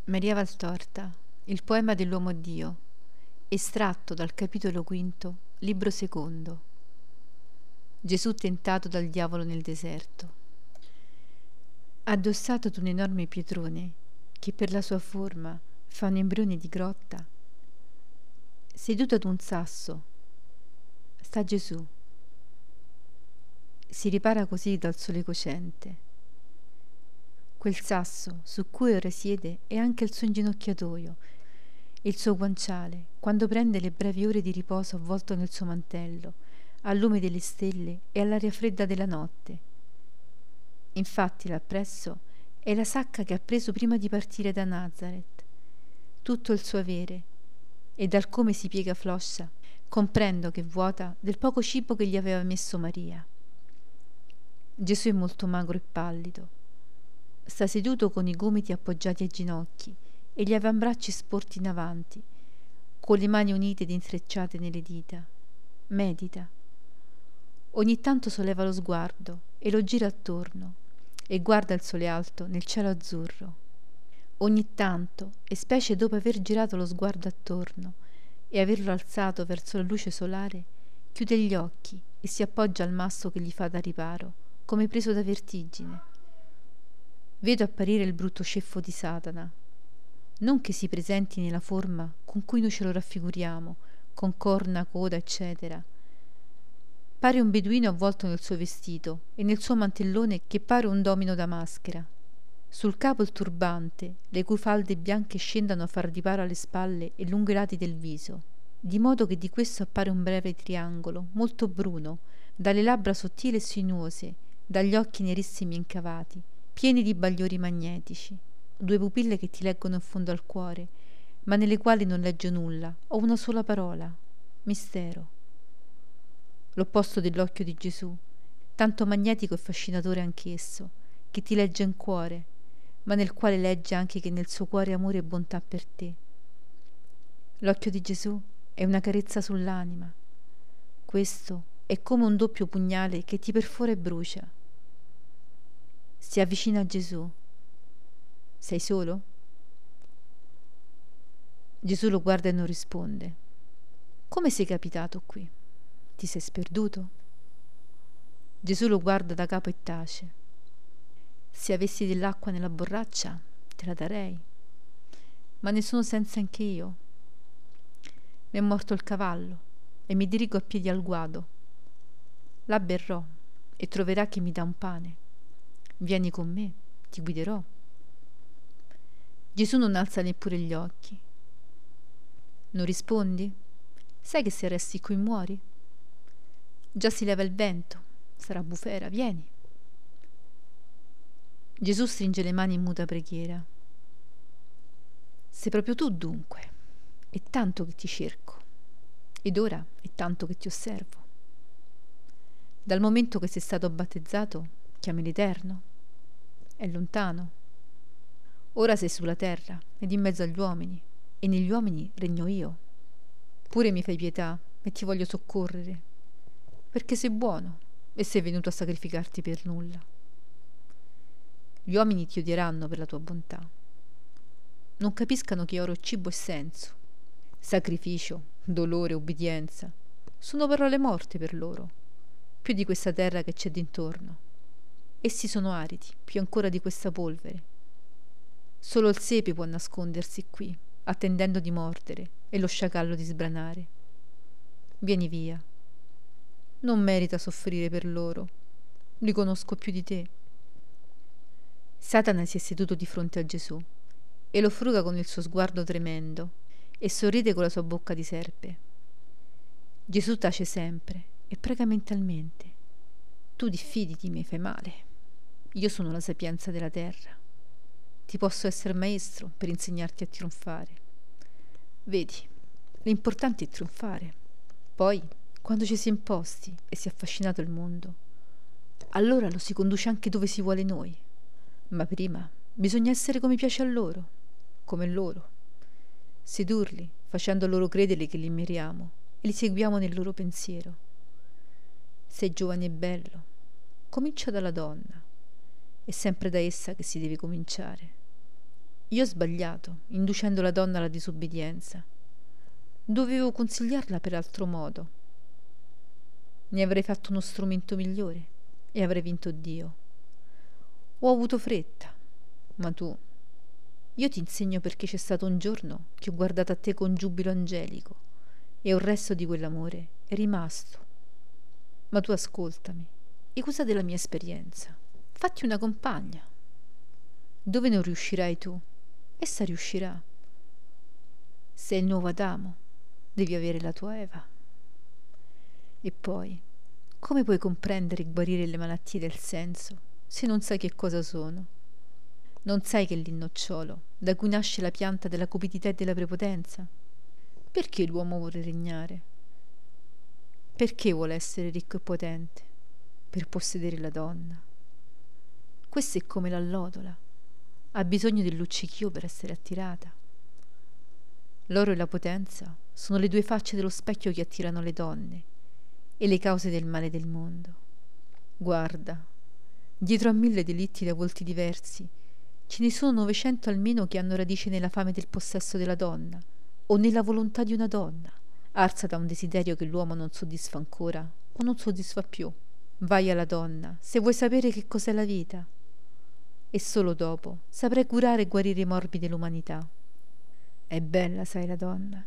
Maria Valtorta, il poema dell'uomo Dio, estratto dal capitolo quinto, libro secondo. Gesù tentato dal diavolo nel deserto. Addossato ad un enorme pietrone, che per la sua forma fa un embrione di grotta, seduto ad un sasso, sta Gesù. Si ripara così dal sole cocente. Quel sasso su cui ora siede è anche il suo inginocchiatoio, il suo guanciale, quando prende le brevi ore di riposo avvolto nel suo mantello, al lume delle stelle e all'aria fredda della notte. Infatti là presso è la sacca che ha preso prima di partire da Nazareth, tutto il suo avere, e dal come si piega floscia comprendo che vuota del poco cibo che gli aveva messo Maria. Gesù è molto magro e pallido. Sta seduto con i gomiti appoggiati ai ginocchi e gli avambracci sporti in avanti, con le mani unite ed intrecciate nelle dita. Medita. Ogni tanto solleva lo sguardo e lo gira attorno e guarda il sole alto nel cielo azzurro. Ogni tanto, e specie dopo aver girato lo sguardo attorno e averlo alzato verso la luce solare, chiude gli occhi e si appoggia al masso che gli fa da riparo, come preso da vertigine. Vedo apparire il brutto ceffo di Satana, non che si presenti nella forma con cui noi ce lo raffiguriamo, con corna, coda, eccetera. Pare un beduino avvolto nel suo vestito e nel suo mantellone che pare un domino da maschera. Sul capo il turbante, le cui falde bianche scendano a far riparo alle spalle e lungo i lati del viso, di modo che di questo appare un breve triangolo, molto bruno, dalle labbra sottili e sinuose, dagli occhi nerissimi e incavati, pieni di bagliori magnetici, due pupille che ti leggono in fondo al cuore, ma nelle quali non legge nulla, o una sola parola: mistero. L'opposto dell'occhio di Gesù, tanto magnetico e fascinatore anch'esso, che ti legge in cuore, ma nel quale legge anche che nel suo cuore amore e bontà per te. L'occhio di Gesù è una carezza sull'anima. Questo è come un doppio pugnale che ti perfora e brucia. Si avvicina a Gesù. Sei solo? Gesù lo guarda e non risponde. Come sei capitato qui? Ti sei sperduto? Gesù lo guarda da capo e tace. Se avessi dell'acqua nella borraccia, te la darei. Ma ne sono senza anche io. Mi è morto il cavallo e mi dirigo a piedi al guado. Là berrò e troverà chi mi dà un pane. Vieni con me, ti guiderò. Gesù non alza neppure gli occhi. Non rispondi? Sai che se resti qui muori? Già si leva il vento, sarà bufera, vieni. Gesù stringe le mani in muta preghiera. Sei proprio tu dunque, è tanto che ti cerco, ed ora è tanto che ti osservo. Dal momento che sei stato battezzato, chiami l'Eterno? È lontano. Ora sei sulla terra ed in mezzo agli uomini, e negli uomini regno io. Pure mi fai pietà e ti voglio soccorrere, perché sei buono e sei venuto a sacrificarti per nulla. Gli uomini ti odieranno per la tua bontà. Non capiscano che oro e cibo e senso, sacrificio, dolore, ubbidienza, sono parole morte per loro, più di questa terra che c'è d'intorno. Essi sono aridi, più ancora di questa polvere. Solo il sepe può nascondersi qui, attendendo di mordere e lo sciacallo di sbranare. Vieni via. Non merita soffrire per loro. Li conosco più di te. Satana si è seduto di fronte a Gesù e lo fruga con il suo sguardo tremendo e sorride con la sua bocca di serpe. Gesù tace sempre e prega mentalmente. Tu diffiditi, mi fai male. Io sono la sapienza della terra. Ti posso essere maestro per insegnarti a trionfare. Vedi, l'importante è trionfare. Poi, quando ci si è imposti e si è affascinato il mondo, allora lo si conduce anche dove si vuole noi. Ma prima bisogna essere come piace a loro, come loro. Sedurli, facendo loro credere che li ammiriamo e li seguiamo nel loro pensiero. Sei giovane e bello, comincia dalla donna. È sempre da essa che si deve cominciare. Io ho sbagliato, inducendo la donna alla disobbedienza. Dovevo consigliarla per altro modo. Ne avrei fatto uno strumento migliore e avrei vinto Dio. Ho avuto fretta, ma tu... Io ti insegno perché c'è stato un giorno che ho guardato a te con giubilo angelico e il resto di quell'amore è rimasto. Ma tu ascoltami e usa della mia esperienza. Fatti una compagna. Dove non riuscirai tu, essa riuscirà. Sei il nuovo Adamo, devi avere la tua Eva. E poi, come puoi comprendere e guarire le malattie del senso se non sai che cosa sono? Non sai che è l'innocciolo da cui nasce la pianta della cupidità e della prepotenza? Perché l'uomo vuole regnare? Perché vuole essere ricco e potente? Per possedere la donna. Questa è come l'allodola. Ha bisogno del luccichio per essere attirata. L'oro e la potenza sono le due facce dello specchio che attirano le donne e le cause del male del mondo. Guarda, dietro a 1000 delitti da volti diversi ce ne sono 900 almeno che hanno radice nella fame del possesso della donna o nella volontà di una donna, arsa da un desiderio che l'uomo non soddisfa ancora o non soddisfa più. Vai alla donna se vuoi sapere che cos'è la vita e solo dopo saprai curare e guarire i morbi dell'umanità. È bella, sai, la donna.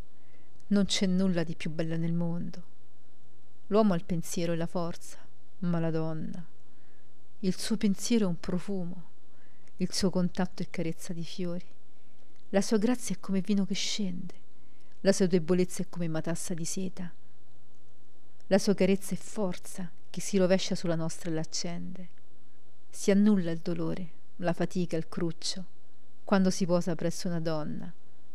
Non c'è nulla di più bella nel mondo. L'uomo ha il pensiero e la forza, ma la donna, il suo pensiero è un profumo, il suo contatto è carezza di fiori, la sua grazia è come vino che scende, la sua debolezza è come matassa di seta, la sua carezza è forza che si rovescia sulla nostra e l'accende. Si annulla il dolore, la fatica, il cruccio, quando si posa presso una donna,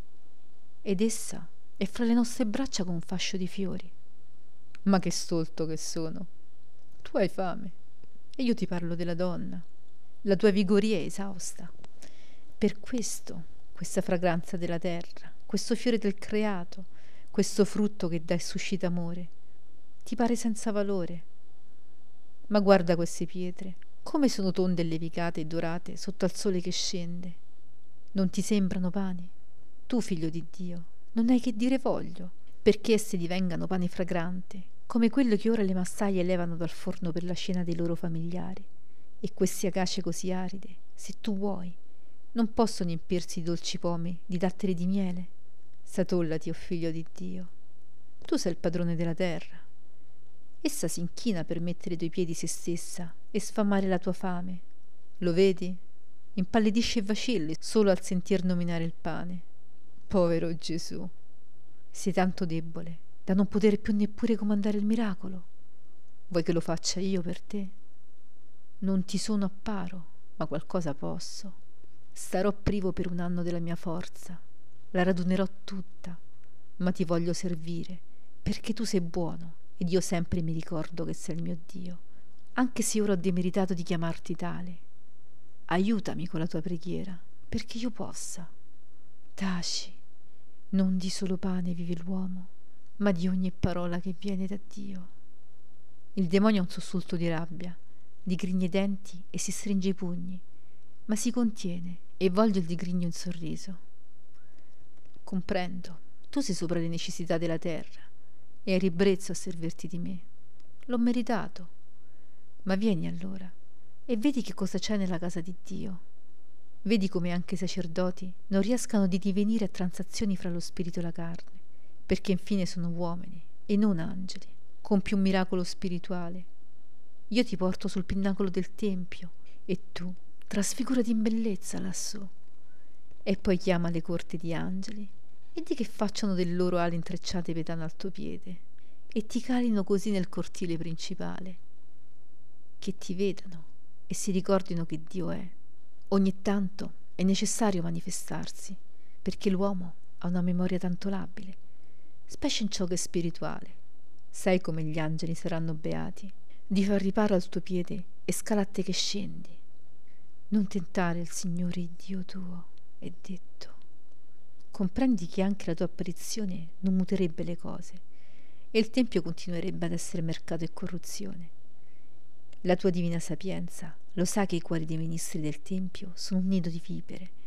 ed essa è fra le nostre braccia con un fascio di fiori. Ma che stolto che sono! Tu hai fame e io ti parlo della donna. La tua vigoria è esausta. Per questo, questa fragranza della terra, questo fiore del creato, questo frutto che dà e suscita amore, ti pare senza valore. Ma guarda queste pietre, come sono tonde e levicate e dorate sotto al sole che scende. Non ti sembrano pani? Tu, figlio di Dio, non hai che dire voglio, perché esse divengano pane fragrante, come quello che ora le massaie levano dal forno per la cena dei loro familiari. E queste acacie così aride, se tu vuoi, non possono riempirsi di dolci pomi, di datteri di miele. Satollati, o figlio di Dio. Tu sei il padrone della terra. Essa si inchina per mettere ai tuoi piedi se stessa e sfamare la tua fame. Lo vedi? Impallidisce e vacilli solo al sentir nominare il pane. Povero Gesù, sei tanto debole da non poter più neppure comandare il miracolo. Vuoi che lo faccia io per te? Non ti sono a paro, ma qualcosa posso. Starò privo per 1 anno della mia forza, la radunerò tutta, ma ti voglio servire, perché tu sei buono ed io sempre mi ricordo che sei il mio Dio, anche se ora ho demeritato di chiamarti tale. Aiutami con la tua preghiera, perché io possa. Taci, non di solo pane vive l'uomo, ma di ogni parola che viene da Dio. Il demonio ha un sussulto di rabbia, digrigna i denti e si stringe i pugni, ma si contiene e volge il digrigno in sorriso. Comprendo, tu sei sopra le necessità della terra e hai ribrezzo a servirti di me. L'ho meritato, ma vieni allora e vedi che cosa c'è nella casa di Dio. Vedi come anche i sacerdoti non riescano di divenire a transazioni fra lo spirito e la carne, perché infine sono uomini e non angeli. Compi un miracolo spirituale. Io ti porto sul pinnacolo del tempio e tu trasfigurati in bellezza lassù. E poi chiama le corti di angeli e di che facciano delle loro ali intrecciate pedane al tuo piede e ti calino così nel cortile principale, che ti vedano e si ricordino che Dio è. Ogni tanto è necessario manifestarsi, perché l'uomo ha una memoria tanto labile, specie in ciò che è spirituale. Sai come gli angeli saranno beati di far riparo al tuo piede e scala a te che scendi. Non tentare il Signore il Dio tuo, è detto. Comprendi che anche la tua apparizione non muterebbe le cose e il tempio continuerebbe ad essere mercato e corruzione. La tua divina sapienza lo sa che i cuori dei ministri del tempio sono un nido di vipere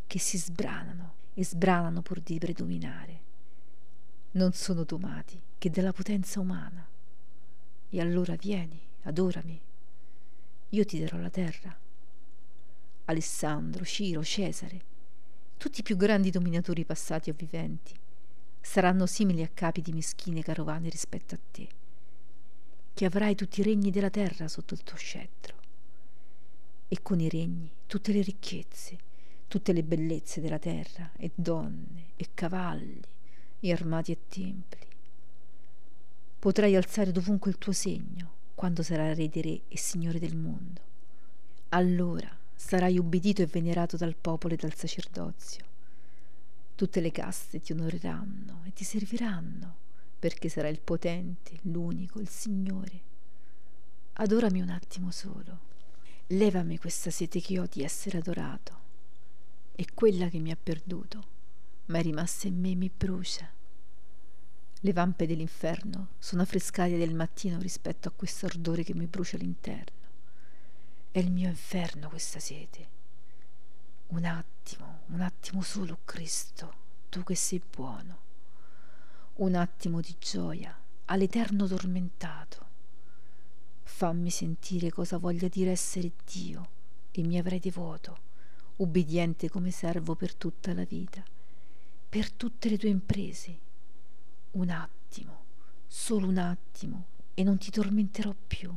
che si sbranano e sbranano pur di predominare. Non sono domati che della potenza umana. E allora vieni, adorami. Io ti darò la terra. Alessandro, Ciro, Cesare, tutti i più grandi dominatori passati o viventi, saranno simili a capi di meschine carovane rispetto a te, che avrai tutti i regni della terra sotto il tuo scettro, e con i regni tutte le ricchezze, tutte le bellezze della terra, e donne, e cavalli, e armati e templi. Potrai alzare dovunque il tuo segno, quando sarai re dei re e signore del mondo. Allora sarai ubbidito e venerato dal popolo e dal sacerdozio. Tutte le caste ti onoreranno e ti serviranno, perché sarai il potente, l'unico, il Signore. Adorami un attimo solo. Levami questa sete che ho di essere adorato. E quella che mi ha perduto, ma è rimasta in me e mi brucia. Le vampe dell'inferno sono affrescate del mattino rispetto a questo ardore che mi brucia all'interno. È il mio inferno questa sete. Un attimo solo, Cristo, tu che sei buono. Un attimo di gioia all'eterno tormentato. Fammi sentire cosa voglia dire essere Dio e mi avrai devoto, ubbidiente come servo per tutta la vita, per tutte le tue imprese. Un attimo, solo un attimo, e non ti tormenterò più.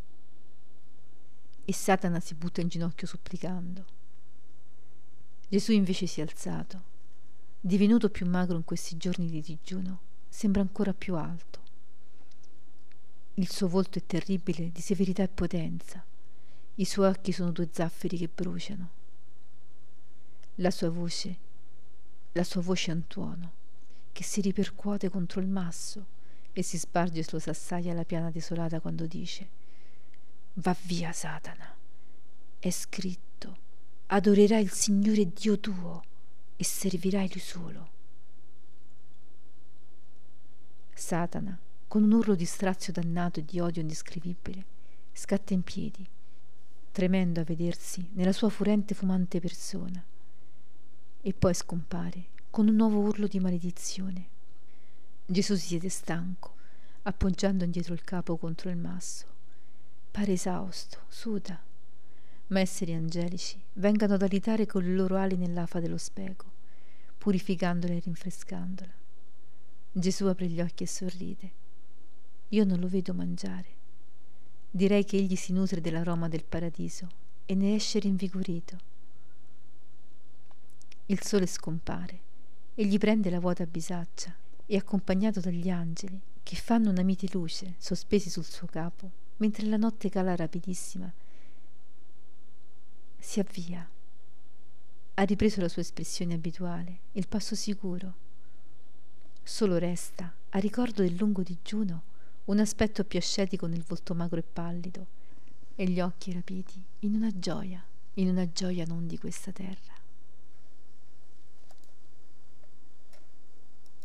E Satana si butta in ginocchio supplicando. Gesù invece si è alzato. Divenuto più magro in questi giorni di digiuno, sembra ancora più alto. Il suo volto è terribile di severità e potenza. I suoi occhi sono due zaffiri che bruciano. La sua voce è un tuono che si ripercuote contro il masso e si sparge sulla sassaia la piana desolata quando dice: va via, Satana, è scritto, adorerai il Signore Dio tuo e servirai Lui solo. Satana, con un urlo di strazio dannato e di odio indescrivibile, scatta in piedi, tremendo a vedersi nella sua furente fumante persona, e poi scompare con un nuovo urlo di maledizione. Gesù si siede stanco, appoggiando indietro il capo contro il masso. Pare esausto, suda, ma esseri angelici vengano ad alitare con le loro ali nell'afa dello speco, purificandola e rinfrescandola. Gesù apre gli occhi e sorride. Io non lo vedo mangiare. Direi che egli si nutre dell'aroma del paradiso e ne esce rinvigorito. Il sole scompare, egli prende la vuota bisaccia e, accompagnato dagli angeli, che fanno una mite luce sospesi sul suo capo, mentre la notte cala rapidissima, si avvia. Ha ripreso la sua espressione abituale, il passo sicuro. Solo resta, a ricordo del lungo digiuno, un aspetto più ascetico nel volto magro e pallido, e gli occhi rapiti in una gioia non di questa terra.